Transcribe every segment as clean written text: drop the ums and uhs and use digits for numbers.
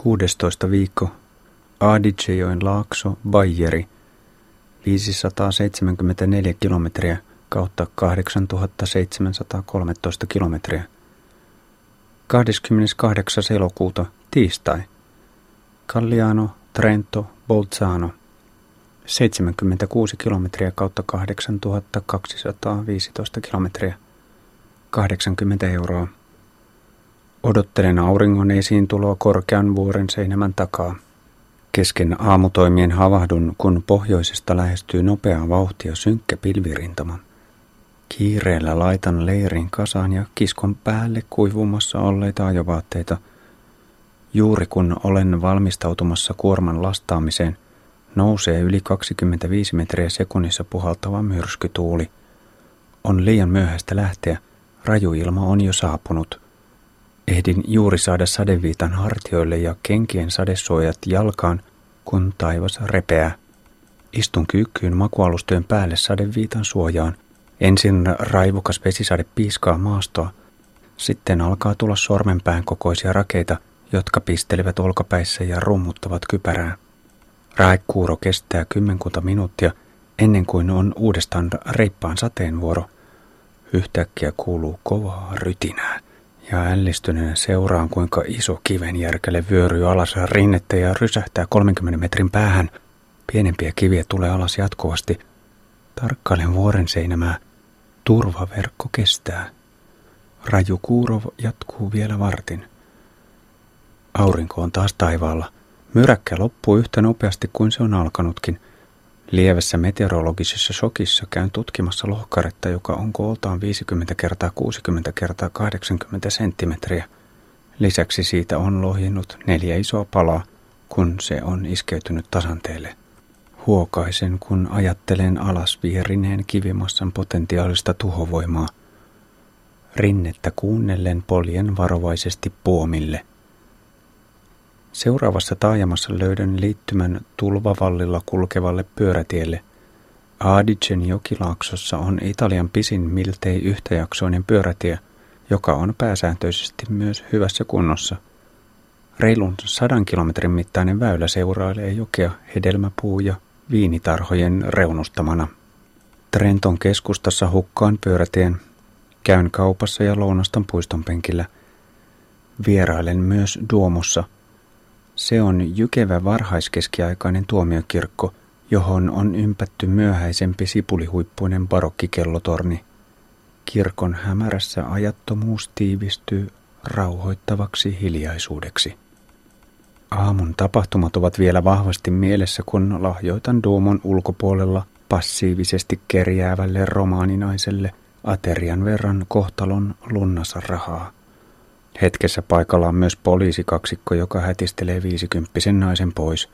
16 viikko. Adige-joen laakso, Bajeri, 574 kilometriä kautta 8713 kilometriä. 28. elokuuta, tiistai. Galliano, Trento, Bolzano, 76 kilometriä kautta 8215 kilometriä. 80 euroa. Odottelen auringon esiintuloa korkean vuoren seinämän takaa. Kesken aamutoimien havahdun, kun pohjoisesta lähestyy nopeaa vauhtia synkkä pilvirintama. Kiireellä laitan leirin kasaan ja kiskon päälle kuivumassa olleita ajovaatteita. Juuri kun olen valmistautumassa kuorman lastaamiseen, nousee yli 25 metriä sekunnissa puhaltava myrskytuuli. On liian myöhäistä lähteä, rajuilma on jo saapunut. Ehdin juuri saada sadeviitan hartioille ja kenkien sadesuojat jalkaan, kun taivas repeää. Istun kyykkyyn makualustojen päälle sadeviitan suojaan. Ensin raivokas vesisade piiskaa maastoa. Sitten alkaa tulla sormenpään kokoisia rakeita, jotka pistelevät olkapäissä ja rummuttavat kypärää. Raekuuro kestää 10 minuuttia ennen kuin on uudestaan reippaan sateenvuoro. Yhtäkkiä kuuluu kovaa rytinää. Ja ällistyneenä seuraan, kuinka iso kivenjärkäle vyöryy alas rinnettä ja rysähtää 30 metrin päähän. Pienempiä kiviä tulee alas jatkuvasti. Tarkkailen vuoren seinämää. Turvaverkko kestää. Raju kuuro jatkuu vielä vartin. Aurinko on taas taivaalla. Myräkkä loppuu yhtä nopeasti kuin se on alkanutkin. Lievässä meteorologisessa shokissa käyn tutkimassa lohkaretta, joka on kooltaan 50 x 60 x 80 senttimetriä. Lisäksi siitä on lohjennut 4 isoa palaa, kun se on iskeytynyt tasanteelle. Huokaisen, kun ajattelen alas vierineen kivimassan potentiaalista tuhovoimaa. Rinnettä kuunnellen poljen varovaisesti puomille. Seuraavassa taajamassa löydän liittymän tulvavallilla kulkevalle pyörätielle. Adigen jokilaaksossa on Italian pisin miltei yhtäjaksoinen pyörätie, joka on pääsääntöisesti myös hyvässä kunnossa. Reilun 100 kilometrin mittainen väylä seurailee jokea hedelmäpuu- ja viinitarhojen reunustamana. Trenton keskustassa hukkaan pyörätien. Käyn kaupassa ja lounastan puiston penkillä. Vierailen myös Duomossa. Se on jykevä varhaiskeskiaikainen tuomiokirkko, johon on ympätty myöhäisempi sipulihuippuinen barokkikellotorni. Kirkon hämärässä ajattomuus tiivistyy rauhoittavaksi hiljaisuudeksi. Aamun tapahtumat ovat vielä vahvasti mielessä, kun lahjoitan Duomon ulkopuolella passiivisesti kerjäävälle romaaninaiselle aterian verran kohtalon lunnasrahaa. Hetkessä paikalla on myös poliisikaksikko, joka hätistelee 50-vuotiaan naisen pois.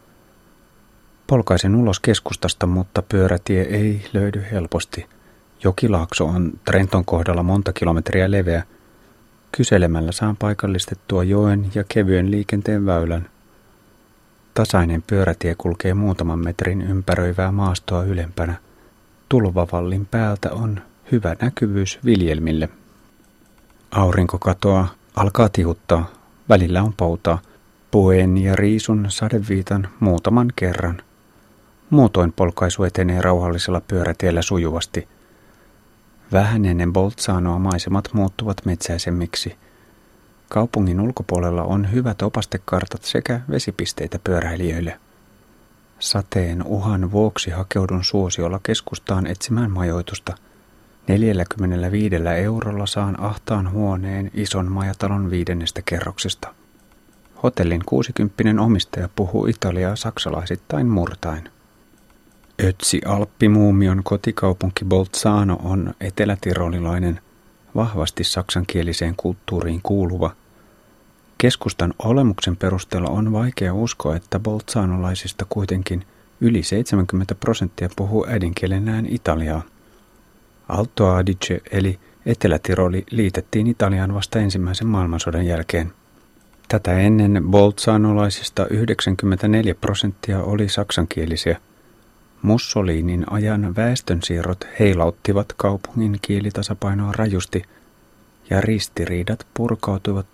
Polkaisen ulos keskustasta, mutta pyörätie ei löydy helposti. Jokilaakso on Trenton kohdalla monta kilometriä leveä. Kyselemällä saan paikallistettua joen ja kevyen liikenteen väylän. Tasainen pyörätie kulkee muutaman metrin ympäröivää maastoa ylempänä. Tulvavallin päältä on hyvä näkyvyys viljelmille. Aurinko katoaa, alkaa tihuttaa, välillä on poutaa. Puen ja riisun sadeviitan muutaman kerran. Muutoin polkaisu etenee rauhallisella pyörätiellä sujuvasti. Vähän ennen Bolzanoa maisemat muuttuvat metsäisemmiksi. Kaupungin ulkopuolella on hyvät opastekartat sekä vesipisteitä pyöräilijöille. Sateen uhan vuoksi hakeudun suosiolla keskustaan etsimään majoitusta. 45 eurolla saan ahtaan huoneen ison majatalon 5. kerroksesta. Hotellin 60 omistaja puhuu italiaa saksalaisittain murtain. Ötzi-alppimuumion kotikaupunki Bolzano on etelätirolilainen, vahvasti saksankieliseen kulttuuriin kuuluva. Keskustan olemuksen perusteella on vaikea uskoa, että bolzanolaisista kuitenkin yli 70% puhuu äidinkielenään italiaa. Alto Adige eli Etelä-Tiroli liitettiin Italiaan vasta ensimmäisen maailmansodan jälkeen. Tätä ennen bolzanolaisista 94% oli saksankielisiä. Mussolinin ajan väestönsiirrot heilauttivat kaupungin kielitasapainoa rajusti, ja ristiriidat purkautuivat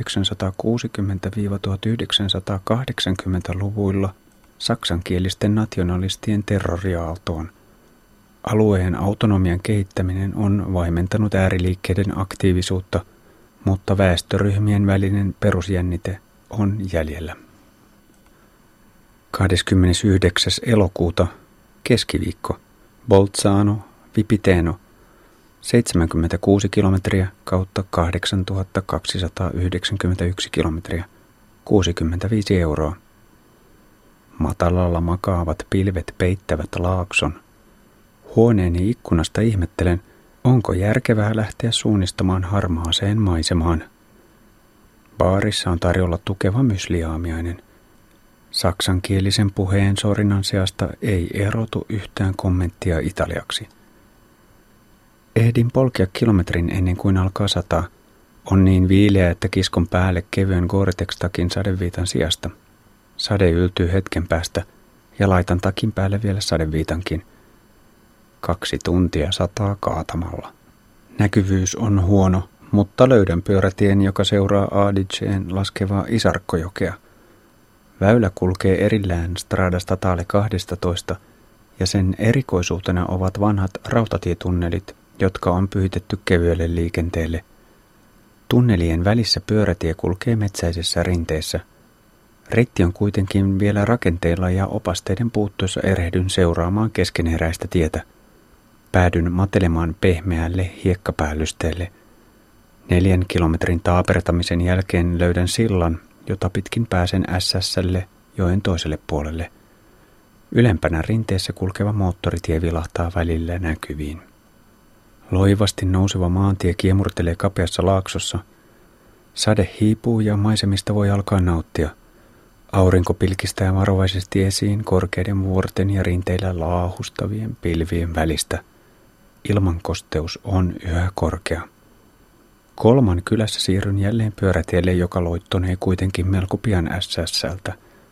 1960-1980-luvuilla saksankielisten nationalistien terroriaaltoon. Alueen autonomian kehittäminen on vaimentanut ääriliikkeiden aktiivisuutta, mutta väestöryhmien välinen perusjännite on jäljellä. 29. elokuuta, keskiviikko, Bolzano, Vipiteno, 76 kilometriä kautta 8291 kilometriä, 65 euroa. Matalalla makaavat pilvet peittävät laakson. Huoneeni ikkunasta ihmettelen, onko järkevää lähteä suunnistamaan harmaaseen maisemaan. Baarissa on tarjolla tukeva mysliaamiainen. Saksankielisen puheen sorinnan seasta ei erotu yhtään kommenttia italiaksi. Ehdin polkea kilometrin ennen kuin alkaa sataa. On niin viileä, että kiskon päälle kevyen Gore-Tex-takin sadeviitan sijasta. Sade yltyy hetken päästä ja laitan takin päälle vielä sadeviitankin. 2 tuntia sataa kaatamalla. Näkyvyys on huono, mutta löydän pyörätien, joka seuraa Adigeen laskevaa Isarkkojokea. Väylä kulkee erillään Strada Statale 12 ja sen erikoisuutena ovat vanhat rautatietunnelit, jotka on pyhitetty kevyelle liikenteelle. Tunnelien välissä pyörätie kulkee metsäisessä rinteessä. Reitti on kuitenkin vielä rakenteilla ja opasteiden puuttuessa erehdyn seuraamaan keskeneräistä tietä. Päädyn matelemaan pehmeälle hiekkapäällysteelle. 4 kilometrin taapertamisen jälkeen löydän sillan, jota pitkin pääsen SS:lle joen toiselle puolelle. Ylempänä rinteessä kulkeva moottoritie vilahtaa välillä näkyviin. Loivasti nouseva maantie kiemurtelee kapeassa laaksossa. Sade hiipuu ja maisemista voi alkaa nauttia. Aurinko pilkistää varovaisesti esiin korkeiden vuorten ja rinteillä laahustavien pilvien välistä. Ilmankosteus on yhä korkea. Kolman kylässä siirryn jälleen pyörätielle, joka loittonee kuitenkin melko pian SS:ltä.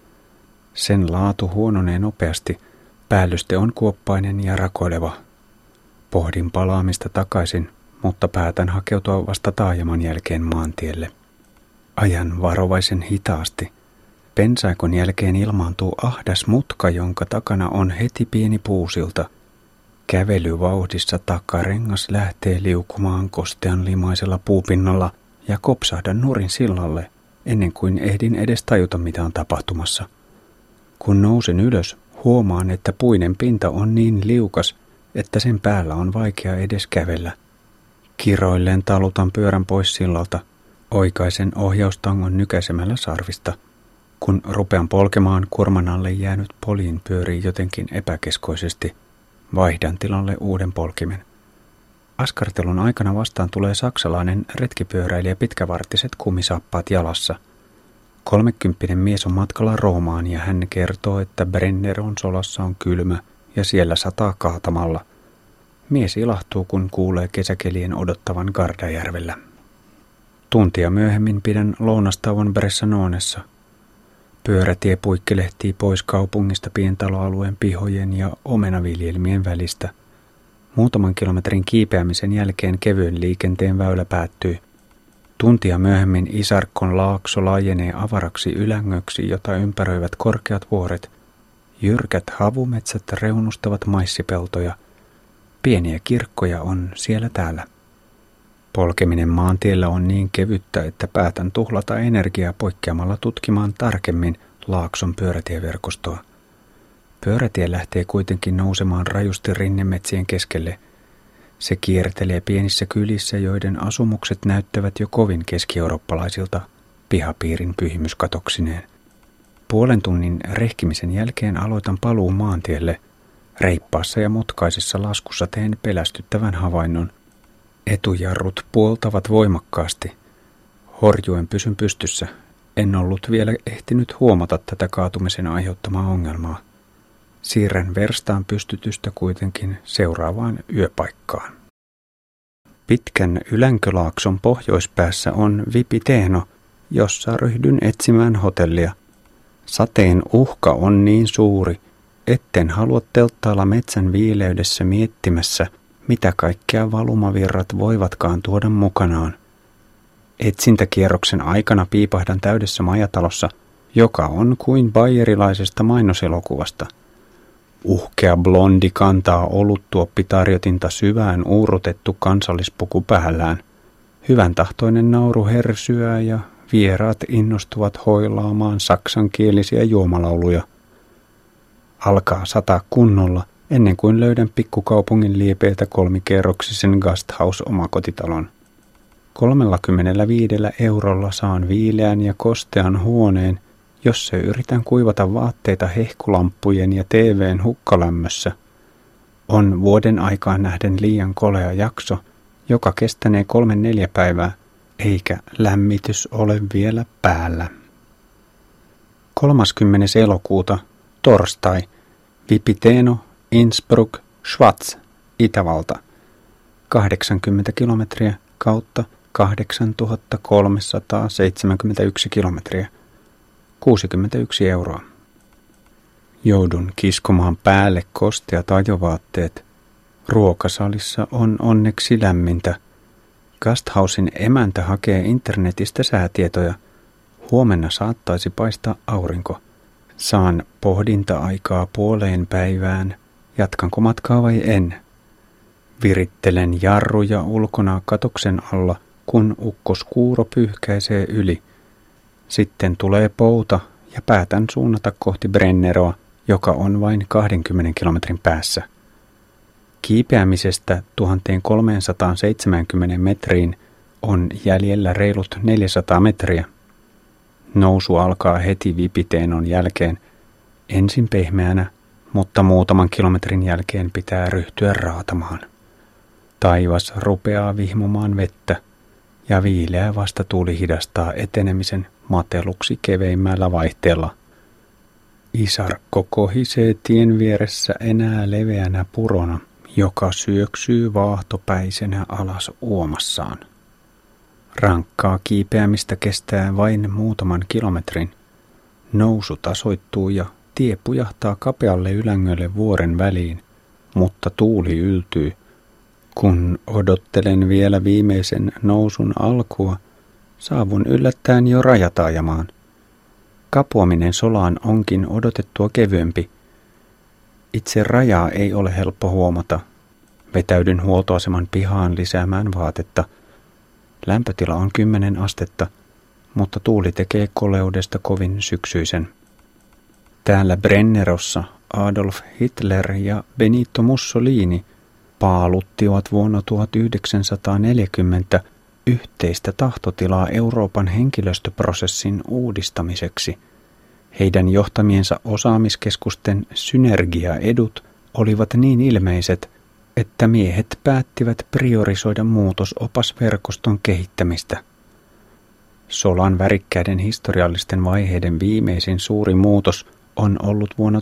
Sen laatu huononee nopeasti. Päällyste on kuoppainen ja rakoileva. Pohdin palaamista takaisin, mutta päätän hakeutua vasta taajaman jälkeen maantielle. Ajan varovaisen hitaasti. Pensaikon jälkeen ilmaantuu ahdas mutka, jonka takana on heti pieni puusilta. Kävelyvauhdissa takarengas lähtee liukumaan kostean limaisella puupinnalla ja kopsahdan nurin sillalle, ennen kuin ehdin edes tajuta, mitä on tapahtumassa. Kun nousen ylös, huomaan, että puinen pinta on niin liukas, että sen päällä on vaikea edes kävellä. Kiroilleen talutan pyörän pois sillalta, oikaisen ohjaustangon nykäisemällä sarvista. Kun rupean polkemaan, kurman alle jäänyt poljin pyörii jotenkin epäkeskoisesti. Vaihdan tilalle uuden polkimen. Askartelun aikana vastaan tulee saksalainen retkipyöräilijä pitkävartiset kumisaappaat jalassa. 30 mies on matkalla Roomaan ja hän kertoo, että Brenneron solassa on kylmä ja siellä sataa kaatamalla. Mies ilahtuu, kun kuulee kesäkelien odottavan Gardajärvellä. Tuntia myöhemmin pidän lounastauon Bressanonessa. Pyörätie puikkelehtii pois kaupungista pientaloalueen pihojen ja omenaviljelmien välistä. Muutaman kilometrin kiipeämisen jälkeen kevyen liikenteen väylä päättyy. Tuntia myöhemmin Isarkkon laakso laajenee avaraksi ylängöksi, jota ympäröivät korkeat vuoret. Jyrkät havumetsät reunustavat maissipeltoja. Pieniä kirkkoja on siellä täällä. Polkeminen maantiellä on niin kevyttä, että päätän tuhlata energiaa poikkeamalla tutkimaan tarkemmin laakson pyörätieverkostoa. Pyörätie lähtee kuitenkin nousemaan rajusti rinnemetsien keskelle. Se kiertelee pienissä kylissä, joiden asumukset näyttävät jo kovin keski-eurooppalaisilta pihapiirin pyhimyskatoksineen. Puolen tunnin rehkimisen jälkeen aloitan paluun maantielle. Reippaassa ja mutkaisessa laskussa teen pelästyttävän havainnon. Etujarrut puoltavat voimakkaasti. Horjuen pysyn pystyssä. En ollut vielä ehtinyt huomata tätä kaatumisen aiheuttamaa ongelmaa. Siirrän verstaan pystytystä kuitenkin seuraavaan yöpaikkaan. Pitkän Ylänkölaakson pohjoispäässä on Vipiteno, jossa ryhdyn etsimään hotellia. Sateen uhka on niin suuri, etten halua telttailla metsän viileydessä miettimässä, mitä kaikkea valumavirrat voivatkaan tuoda mukanaan. Etsintäkierroksen aikana piipahdan täydessä majatalossa, joka on kuin bayerilaisesta mainoselokuvasta. Uhkea blondi kantaa oluttuoppitarjotinta syvään uurutettu kansallispuku päällään. Hyvän tahtoinen nauru hersyää ja vieraat innostuvat hoilaamaan saksankielisiä juomalauluja. Alkaa sataa kunnolla ennen kuin löydän pikkukaupungin liepeiltä kolmikerroksisen Gasthaus-omakotitalon. 35 € saan viileän ja kostean huoneen, jossa yritän kuivata vaatteita hehkulamppujen ja TV:n hukkalämmössä. On vuoden aikaan nähden liian kolea jakso, joka kestänee 3-4 päivää, eikä lämmitys ole vielä päällä. 30. elokuuta, torstai, Vipiteno, Innsbruck, Schwaz, Itävalta. 80 kilometriä kautta 8371 kilometriä. 61 €. Joudun kiskomaan päälle kosteat ajovaatteet. Ruokasalissa on onneksi lämmintä. Gasthausin emäntä hakee internetistä säätietoja. Huomenna saattaisi paistaa aurinko. Saan pohdinta-aikaa puoleen päivään. Jatkanko matkaa vai en? Virittelen jarruja ulkona katoksen alla, kun ukkoskuuro pyyhkäisee yli. Sitten tulee pouta ja päätän suunnata kohti Brenneroa, joka on vain 20 kilometrin päässä. Kiipeämisestä 1370 metriin on jäljellä reilut 400 metriä. Nousu alkaa heti Vipitenon jälkeen, ensin pehmeänä, mutta muutaman kilometrin jälkeen pitää ryhtyä raatamaan. Taivas rupeaa vihmumaan vettä ja viileä vastatuuli hidastaa etenemisen mateluksi keveimmällä vaihteella. Isarkko kohisee tien vieressä enää leveänä purona, joka syöksyy vaahtopäisenä alas uomassaan. Rankkaa kiipeämistä kestää vain muutaman kilometrin. Nousu tasoittuu ja tie pujahtaa kapealle ylängölle vuoren väliin, mutta tuuli yltyy. Kun odottelen vielä viimeisen nousun alkua, saavun yllättäen jo rajataajamaan. Kapuaminen solaan onkin odotettua kevyempi. Itse rajaa ei ole helppo huomata. Vetäydyn huoltoaseman pihaan lisäämään vaatetta. Lämpötila on 10 astetta, mutta tuuli tekee koleudesta kovin syksyisen. Täällä Brennerossa Adolf Hitler ja Benito Mussolini paaluttivat vuonna 1940 yhteistä tahtotilaa Euroopan henkilöstöprosessin uudistamiseksi. Heidän johtamiensa osaamiskeskusten synergiaedut olivat niin ilmeiset, että miehet päättivät priorisoida muutosopasverkoston kehittämistä. Solan värikkäiden historiallisten vaiheiden viimeisin suuri muutos on ollut vuonna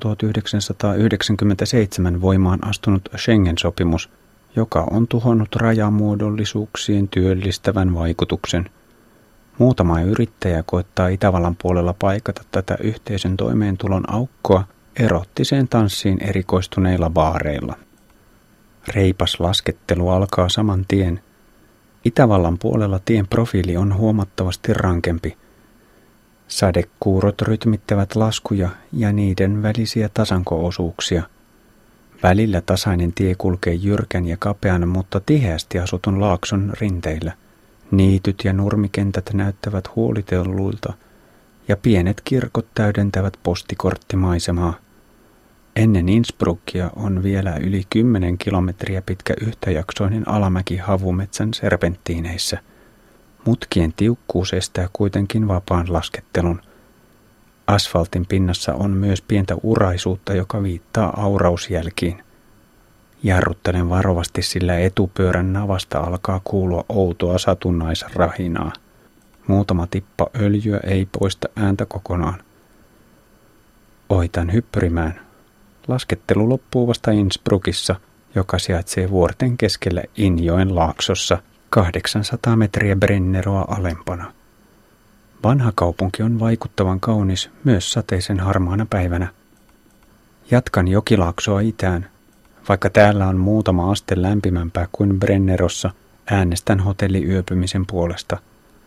1997 voimaan astunut Schengen-sopimus, joka on tuhonnut rajamuodollisuuksien työllistävän vaikutuksen. Muutama yrittäjä koettaa Itävallan puolella paikata tätä yhteisön toimeentulon aukkoa erottiseen tanssiin erikoistuneilla baareilla. Reipas laskettelu alkaa saman tien. Itävallan puolella tien profiili on huomattavasti rankempi. Sadekuurot rytmittävät laskuja ja niiden välisiä tasanko-osuuksia. Välillä tasainen tie kulkee jyrkän ja kapean, mutta tiheästi asutun laakson rinteillä. Niityt ja nurmikentät näyttävät huolitelluilta ja pienet kirkot täydentävät postikorttimaisemaa. Ennen Innsbruckia on vielä yli 10 kilometriä pitkä yhtäjaksoinen alamäki havumetsän serpenttiineissä. Mutkien tiukkuus estää kuitenkin vapaan laskettelun. Asfaltin pinnassa on myös pientä uraisuutta, joka viittaa aurausjälkiin. Jarruttelen varovasti, sillä etupyörän navasta alkaa kuulua outoa satunnaisrahinaa. Muutama tippa öljyä ei poista ääntä kokonaan. Ohitan hyppyrimään. Laskettelu loppuu vasta Innsbruckissa, joka sijaitsee vuorten keskellä Injoen laaksossa 800 metriä Brenneroa alempana. Vanha kaupunki on vaikuttavan kaunis myös sateisen harmaana päivänä. Jatkan jokilaaksoa itään. Vaikka täällä on muutama aste lämpimämpää kuin Brennerossa, äänestän hotelliyöpymisen puolesta.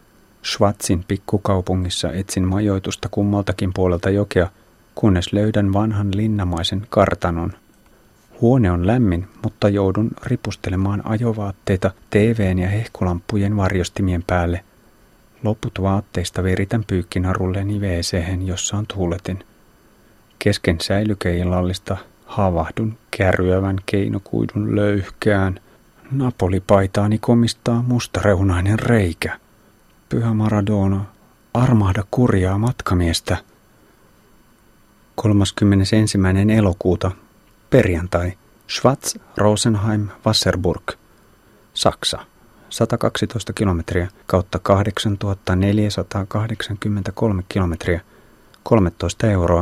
Schwarzin pikkukaupungissa etsin majoitusta kummaltakin puolelta jokea, kunnes löydän vanhan linnamaisen kartanon. Huone on lämmin, mutta joudun ripustelemaan ajovaatteita TV:n ja hehkulamppujen varjostimien päälle. Loput vaatteista viritän pyykkinarulleni WC:hen, jossa on tuuletin. Kesken säilykeillallista havahdun kärryävän keinokuidun löyhkään. Napolipaitaani komistaa mustareunainen reikä. Pyhä Maradona, armahda kurjaa matkamiestä. 31. elokuuta, perjantai, Schwaz, Rosenheim, Wasserburg, Saksa, 112 kilometriä kautta 8483 kilometriä, 13 euroa.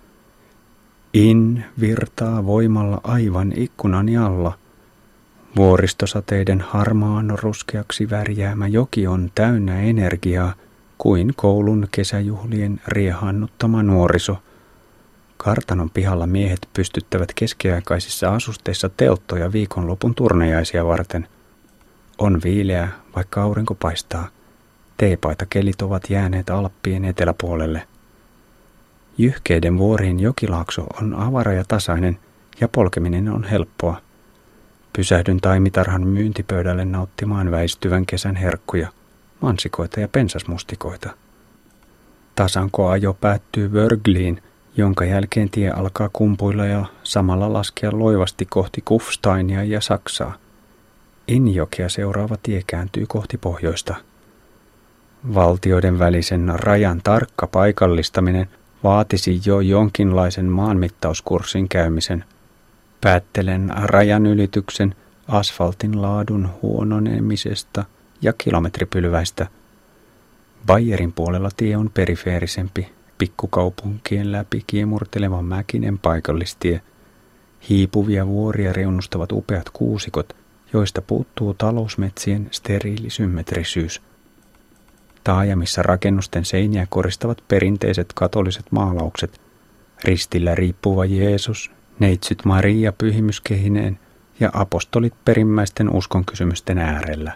In virtaa voimalla aivan ikkunani alla. Vuoristosateiden harmaan ruskeaksi värjäämä joki on täynnä energiaa kuin koulun kesäjuhlien riehannuttama nuoriso. Kartanon pihalla miehet pystyttävät keskiaikaisissa asusteissa telttoja viikonlopun turnajaisia varten. On viileä, vaikka aurinko paistaa. Teepaitakelit ovat jääneet Alppien eteläpuolelle. Jyhkeiden vuoriin jokilaakso on avara ja tasainen ja polkeminen on helppoa. Pysähdyn taimitarhan myyntipöydälle nauttimaan väistyvän kesän herkkuja, mansikoita ja pensasmustikoita. Tasankoajo päättyy Wörgliin, jonka jälkeen tie alkaa kumpuilla ja samalla laskea loivasti kohti Kufsteinia ja Saksaa. Innjokea seuraava tie kääntyy kohti pohjoista. Valtioiden välisen rajan tarkka paikallistaminen vaatisi jo jonkinlaisen maanmittauskurssin käymisen. Päättelen rajanylityksen, asfaltin laadun huononemisesta ja kilometripylväistä. Bayerin puolella tie on perifeerisempi, pikkukaupunkien läpi kiemurteleva mäkinen paikallistie. Hiipuvia vuoria reunustavat upeat kuusikot, joista puuttuu talousmetsien steriilisymmetrisyys. Taajamissa rakennusten seiniä koristavat perinteiset katoliset maalaukset, ristillä riippuva Jeesus, neitsyt Maria pyhimyskehineen ja apostolit perimmäisten uskonkysymysten äärellä.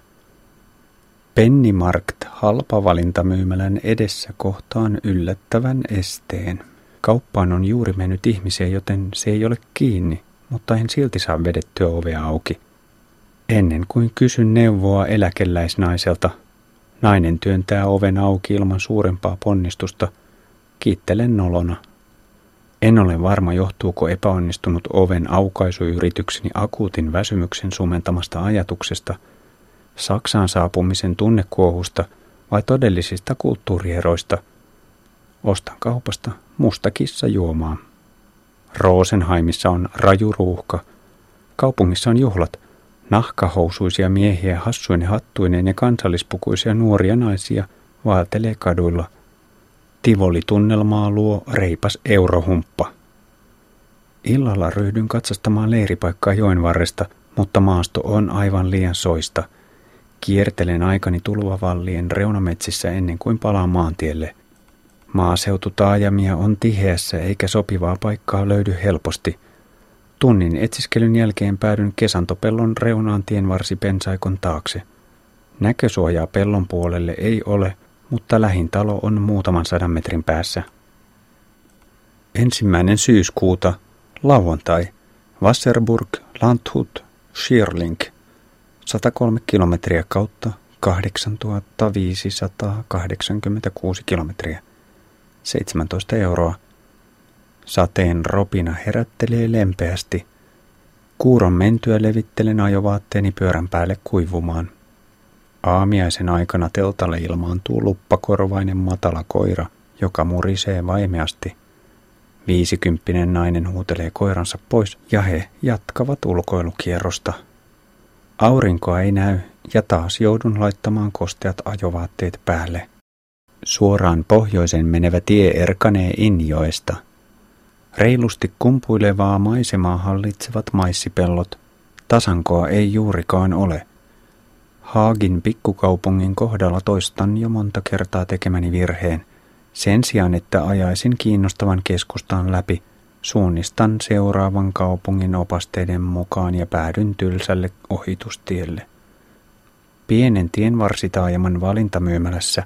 Pennimarkt halpavalintamyymälän edessä kohtaan yllättävän esteen. Kauppaan on juuri mennyt ihmisiä, joten se ei ole kiinni, mutta en silti saa vedettyä ovea auki. Ennen kuin kysyn neuvoa eläkeläisnaiselta, nainen työntää oven auki ilman suurempaa ponnistusta. Kiittelen nolona. En ole varma, johtuuko epäonnistunut oven aukaisuyritykseni akuutin väsymyksen sumentamasta ajatuksesta, Saksaan saapumisen tunnekuohusta vai todellisista kulttuurieroista. Ostan kaupasta musta kissa juomaa. Rosenheimissa on raju ruuhka. Kaupungissa on juhlat. Nahkahousuisia miehiä hassuine hattuineen ja kansallispukuisia nuoria naisia vaeltelee kaduilla. Tivoli-tunnelmaa luo reipas eurohumppa. Illalla ryhdyn katsastamaan leiripaikkaa joen varresta, mutta maasto on aivan liian soista. Kiertelen aikani tulvavallien reunametsissä ennen kuin palaan maantielle. Maaseututaajamia on tiheässä eikä sopivaa paikkaa löydy helposti. Tunnin etsiskelyn jälkeen päädyn Kesantopellon reunaan tienvarsipensaikon taakse. Näkösuojaa pellon puolelle ei ole, mutta lähin talo on muutaman 100 metrin päässä. 1. syyskuuta, lauantai, Wasserburg, Landshut, Schierling, 103 kilometriä kautta 8586 kilometriä, 17 euroa. Sateen ropina herättelee lempeästi. Kuuron mentyä levittelen ajovaatteeni pyörän päälle kuivumaan. Aamiaisen aikana teltalle ilmaantuu luppakorvainen matala koira, joka murisee vaimeasti. 50 nainen huutelee koiransa pois ja he jatkavat ulkoilukierrosta. Aurinkoa ei näy ja taas joudun laittamaan kosteat ajovaatteet päälle. Suoraan pohjoisen menevä tie erkanee Injoesta. Reilusti kumpuilevaa maisemaa hallitsevat maissipellot. Tasankoa ei juurikaan ole. Haagin pikkukaupungin kohdalla toistan jo monta kertaa tekemäni virheen. Sen sijaan, että ajaisin kiinnostavan keskustan läpi, suunnistan seuraavan kaupungin opasteiden mukaan ja päädyn tylsälle ohitustielle. Pienen tienvarsitaajaman valintamyymälässä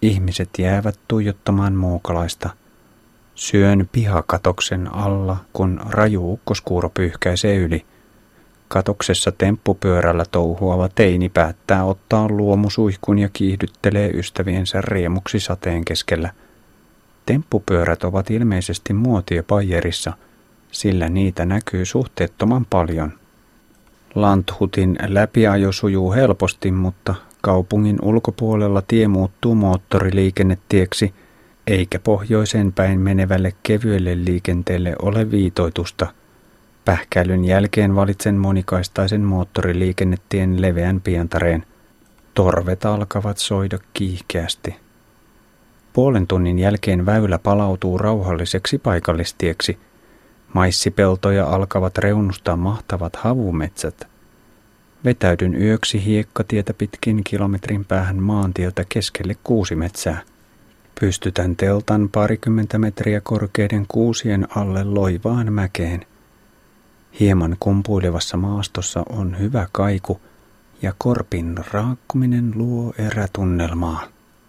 Ihmiset jäävät tuijottamaan muukalaista. Syön pihakatoksen alla, kun raju ukkoskuuro pyyhkäisee yli. Katoksessa temppupyörällä touhuava teini päättää ottaa luomusuihkun ja kiihdyttelee ystäviensä riemuksi sateen keskellä. Temppupyörät ovat ilmeisesti muotia Bayerissa, sillä niitä näkyy suhteettoman paljon. Landhutin läpiajo sujuu helposti, mutta kaupungin ulkopuolella tie muuttuu moottoriliikennetieksi, eikä pohjoiseen päin menevälle kevyelle liikenteelle ole viitoitusta. Pähkäilyn jälkeen valitsen monikaistaisen moottoriliikennetien leveän pientareen. Torvet alkavat soida kiihkeästi. Puolen tunnin jälkeen väylä palautuu rauhalliseksi paikallistieksi. Maissipeltoja alkavat reunustaa mahtavat havumetsät. Vetäydyn yöksi hiekkatietä pitkin kilometrin päähän maantieltä keskelle kuusimetsää. Pystytän teltan 20 metriä korkeiden kuusien alle loivaan mäkeen. Hieman kumpuilevassa maastossa on hyvä kaiku ja korpin raakkuminen luo erätunnelmaa.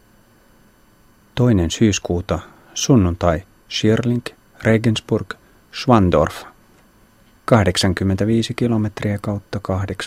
2. syyskuuta, sunnuntai, Schierling, Regensburg, Schwandorf. 85 kilometriä kautta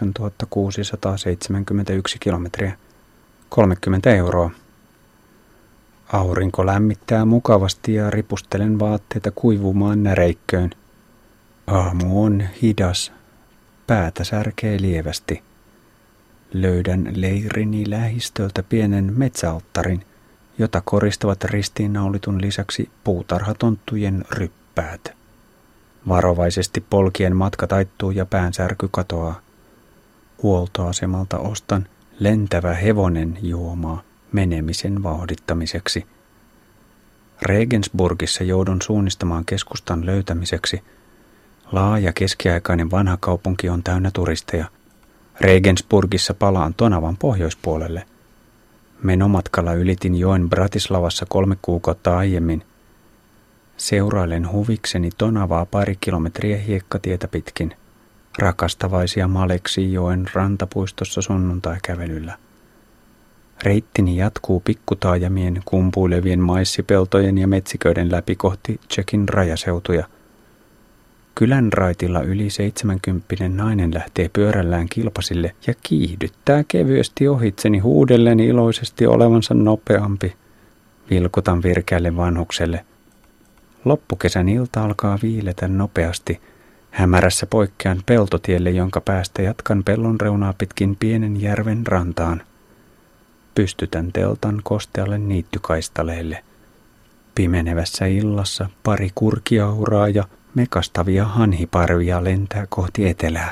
8671 kilometriä. 30 €. Aurinko lämmittää mukavasti ja ripustelen vaatteita kuivumaan näreikköön. Aamu on hidas. Päätä särkee lievästi. Löydän leirini lähistöltä pienen metsäalttarin, jota koristavat ristiinnaulitun lisäksi puutarhatonttujen ryppäät. Varovaisesti polkien matka taittuu ja päänsärky katoaa. Huoltoasemalta ostan lentävä hevonen juomaa menemisen vauhdittamiseksi. Regensburgissa joudun suunnistamaan keskustan löytämiseksi. Laaja keskiaikainen vanha kaupunki on täynnä turisteja. Regensburgissa palaan Tonavan pohjoispuolelle. Menomatkalla ylitin joen Bratislavassa 3 kuukautta aiemmin. Seurailen huvikseni Tonavaa 2 kilometriä hiekkatietä pitkin. Rakastavaisia maleksi joen rantapuistossa sunnuntaikävelyllä. Reittini jatkuu pikkutaajamien, kumpuilevien maissipeltojen ja metsiköiden läpi kohti Tšekin rajaseutuja. Kylän raitilla yli 70 nainen lähtee pyörällään kilpasille ja kiihdyttää kevyesti ohitseni huudellen iloisesti olevansa nopeampi. Vilkutan virkeälle vanhukselle. Loppukesän ilta alkaa viiletä nopeasti. Hämärässä poikkean peltotielle, jonka päästä jatkan pellon reunaa pitkin pienen järven rantaan. Pystytän teltan kostealle niittykaistaleelle. Pimenevässä illassa 2 kurkiauraa ja mekastavia hanhiparvia lentää kohti etelää.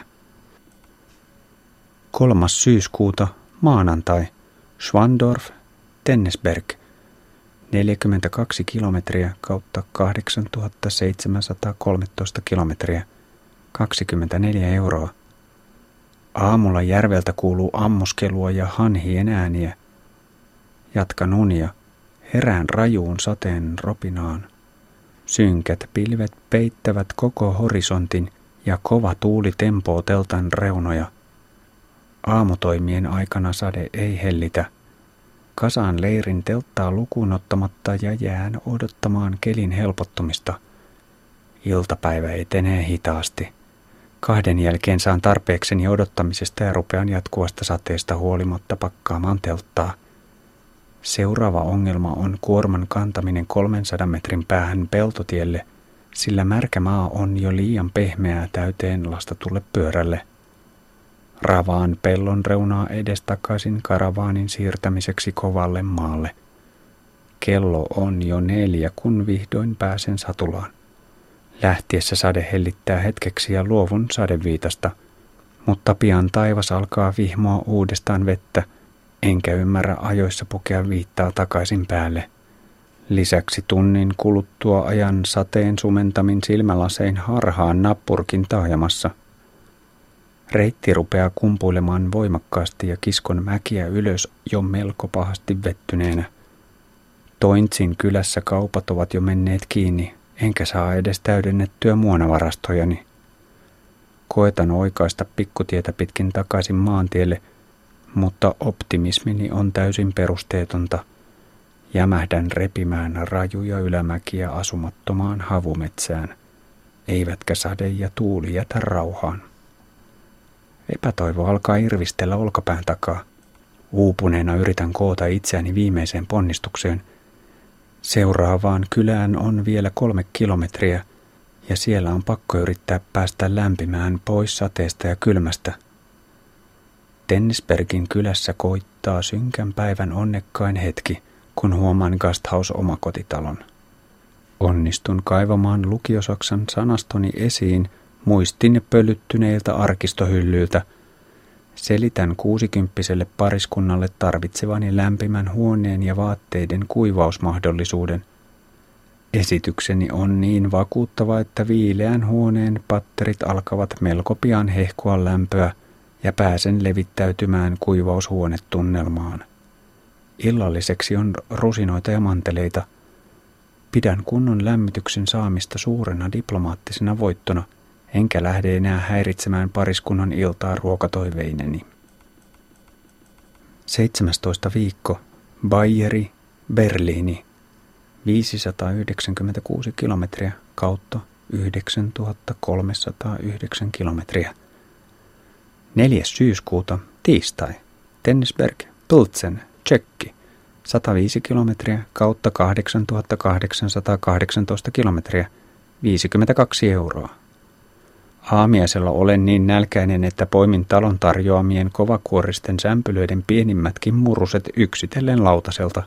3. syyskuuta, maanantai, Schwandorf, Tennesberg, 42 kilometriä kautta 8713 kilometriä, 24 €. Aamulla järveltä kuuluu ammuskelua ja hanhien ääniä. Jatkan unia, herään rajuun sateen ropinaan. Synkät pilvet peittävät koko horisontin ja kova tuuli tempoo teltan reunoja. Aamutoimien aikana sade ei hellitä. Kasaan leirin telttaa lukuun ottamatta ja jään odottamaan kelin helpottumista. Iltapäivä etenee hitaasti. 2 jälkeen saan tarpeekseni odottamisesta ja rupean jatkuvasta sateesta huolimatta pakkaamaan telttaa. Seuraava ongelma on kuorman kantaminen 300 metrin päähän peltotielle, sillä märkä maa on jo liian pehmeää täyteen lastatulle pyörälle. Ravaan pellon reunaa edestakaisin karavaanin siirtämiseksi kovalle maalle. Kello on jo 4, kun vihdoin pääsen satulaan. Lähtiessä sade hellittää hetkeksi ja luovun sadeviitasta, mutta pian taivas alkaa vihmoa uudestaan vettä, enkä ymmärrä ajoissa pukea viittaa takaisin päälle. Lisäksi tunnin kuluttua ajan sateen sumentamin silmälasein harhaan nappurkin taajamassa. Reitti rupeaa kumpuilemaan voimakkaasti ja kiskon mäkiä ylös jo melko pahasti vettyneenä. Tointsin kylässä kaupat ovat jo menneet kiinni, enkä saa edes täydennettyä muonavarastojani. Koetan oikaista pikkutietä pitkin takaisin maantielle, mutta optimismini on täysin perusteetonta. Jämähdän repimään rajuja ylämäkiä asumattomaan havumetsään, eivätkä sade ja tuuli jätä rauhaan. Epätoivo alkaa irvistellä olkapään takaa. Uupuneena yritän koota itseäni viimeiseen ponnistukseen. Seuraavaan kylään on vielä 3 kilometriä, ja siellä on pakko yrittää päästä lämpimään pois sateesta ja kylmästä. Tennisbergin kylässä koittaa synkän päivän onnekkain hetki, kun huomaan Gasthaus-omakotitalon. Onnistun kaivamaan lukiosaksan sanastoni esiin muistin pölyttyneiltä arkistohyllyiltä. Selitän 60-vuotiaalle pariskunnalle tarvitsevani lämpimän huoneen ja vaatteiden kuivausmahdollisuuden. Esitykseni on niin vakuuttava, että viileän huoneen patterit alkavat melko pian hehkua lämpöä ja pääsen levittäytymään kuivaushuonetunnelmaan. Illalliseksi on rusinoita ja manteleita. Pidän kunnon lämmityksen saamista suurena diplomaattisena voittona, enkä lähde enää häiritsemään pariskunnan iltaa ruokatoiveineni. 17. viikko. Bayeri, Berliini. 596 kilometriä kautta 9309 kilometriä. 4. syyskuuta, tiistai. Tennisberg, Pilzen, Tsekki. 105 kilometriä kautta 8818 kilometriä. 52 €. Aamiaisella olen niin nälkäinen, että poimin talon tarjoamien kovakuoristen sämpylöiden pienimmätkin muruset yksitellen lautaselta.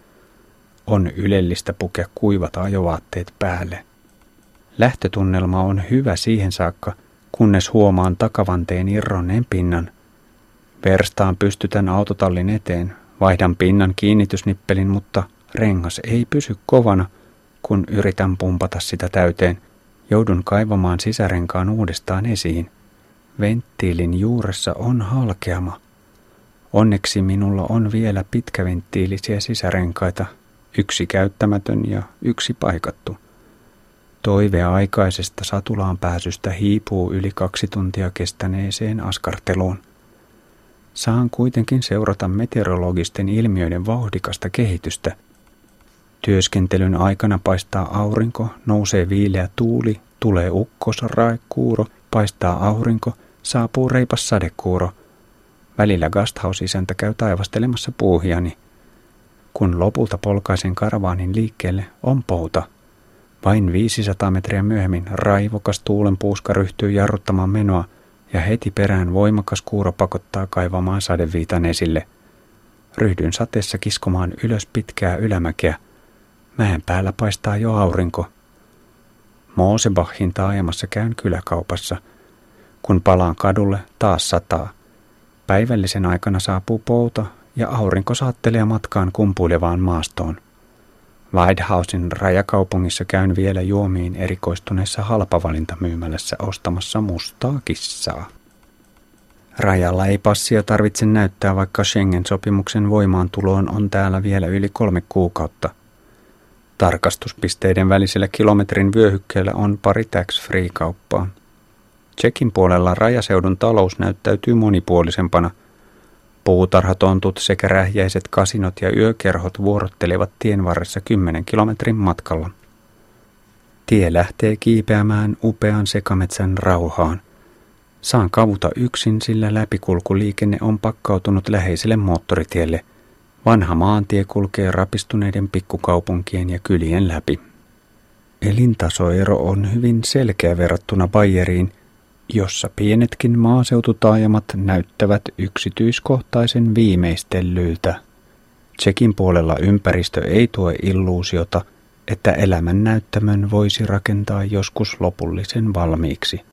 On ylellistä pukea kuivat ajovaatteet päälle. Lähtötunnelma on hyvä siihen saakka, kunnes huomaan takavanteen irronneen pinnan. Verstaan pystytän autotallin eteen, vaihdan pinnan kiinnitysnippelin, mutta rengas ei pysy kovana, kun yritän pumpata sitä täyteen. Joudun kaivamaan sisärenkaan uudestaan esiin. Venttiilin juuressa on halkeama. Onneksi minulla on vielä pitkäventtiilisiä sisärenkaita, 1 käyttämätön ja 1 paikattu. Toive aikaisesta satulaan pääsystä hiipuu yli 2 tuntia kestäneeseen askarteluun. Saan kuitenkin seurata meteorologisten ilmiöiden vauhdikasta kehitystä. Työskentelyn aikana paistaa aurinko, nousee viileä tuuli, tulee ukkosraekuuro, paistaa aurinko, saapuu reipas sadekuuro. Välillä Gasthaus-isäntä käy taivastelemassa puuhiani. Kun lopulta polkaisen karavaanin liikkeelle, on pouta. Vain 500 metriä myöhemmin raivokas tuulenpuuska ryhtyy jarruttamaan menoa ja heti perään voimakas kuuro pakottaa kaivamaan sadeviitan esille. Ryhdyn sateessa kiskomaan ylös pitkää ylämäkeä. Mäen päällä paistaa jo aurinko. Mosebachin taajamassa käyn kyläkaupassa. Kun palaan kadulle, taas sataa. Päivällisen aikana saapuu pouta ja aurinko saattelee matkaan kumpuilevaan maastoon. Weidhausin rajakaupungissa käyn vielä juomiin erikoistuneessa halpavalintamyymälässä ostamassa mustaa kissaa. Rajalla ei passia tarvitse näyttää, vaikka Schengen-sopimuksen voimaantuloon on täällä vielä yli 3 kuukautta. Tarkastuspisteiden välisellä kilometrin vyöhykkeellä on pari tax-free-kauppaa. Tšekin puolella rajaseudun talous näyttäytyy monipuolisempana. Puutarhatontut sekä rähjäiset kasinot ja yökerhot vuorottelevat tien varressa 10 kilometrin matkalla. Tie lähtee kiipeämään upean sekametsän rauhaan. Saan kavuta yksin, sillä läpikulkuliikenne on pakkautunut läheiselle moottoritielle. Vanha maantie kulkee rapistuneiden pikkukaupunkien ja kylien läpi. Elintasoero on hyvin selkeä verrattuna Bayeriin, jossa pienetkin maaseututaajamat näyttävät yksityiskohtaisen viimeistellyiltä. Tšekin puolella ympäristö ei tuo illuusiota, että elämän näyttämön voisi rakentaa joskus lopullisen valmiiksi.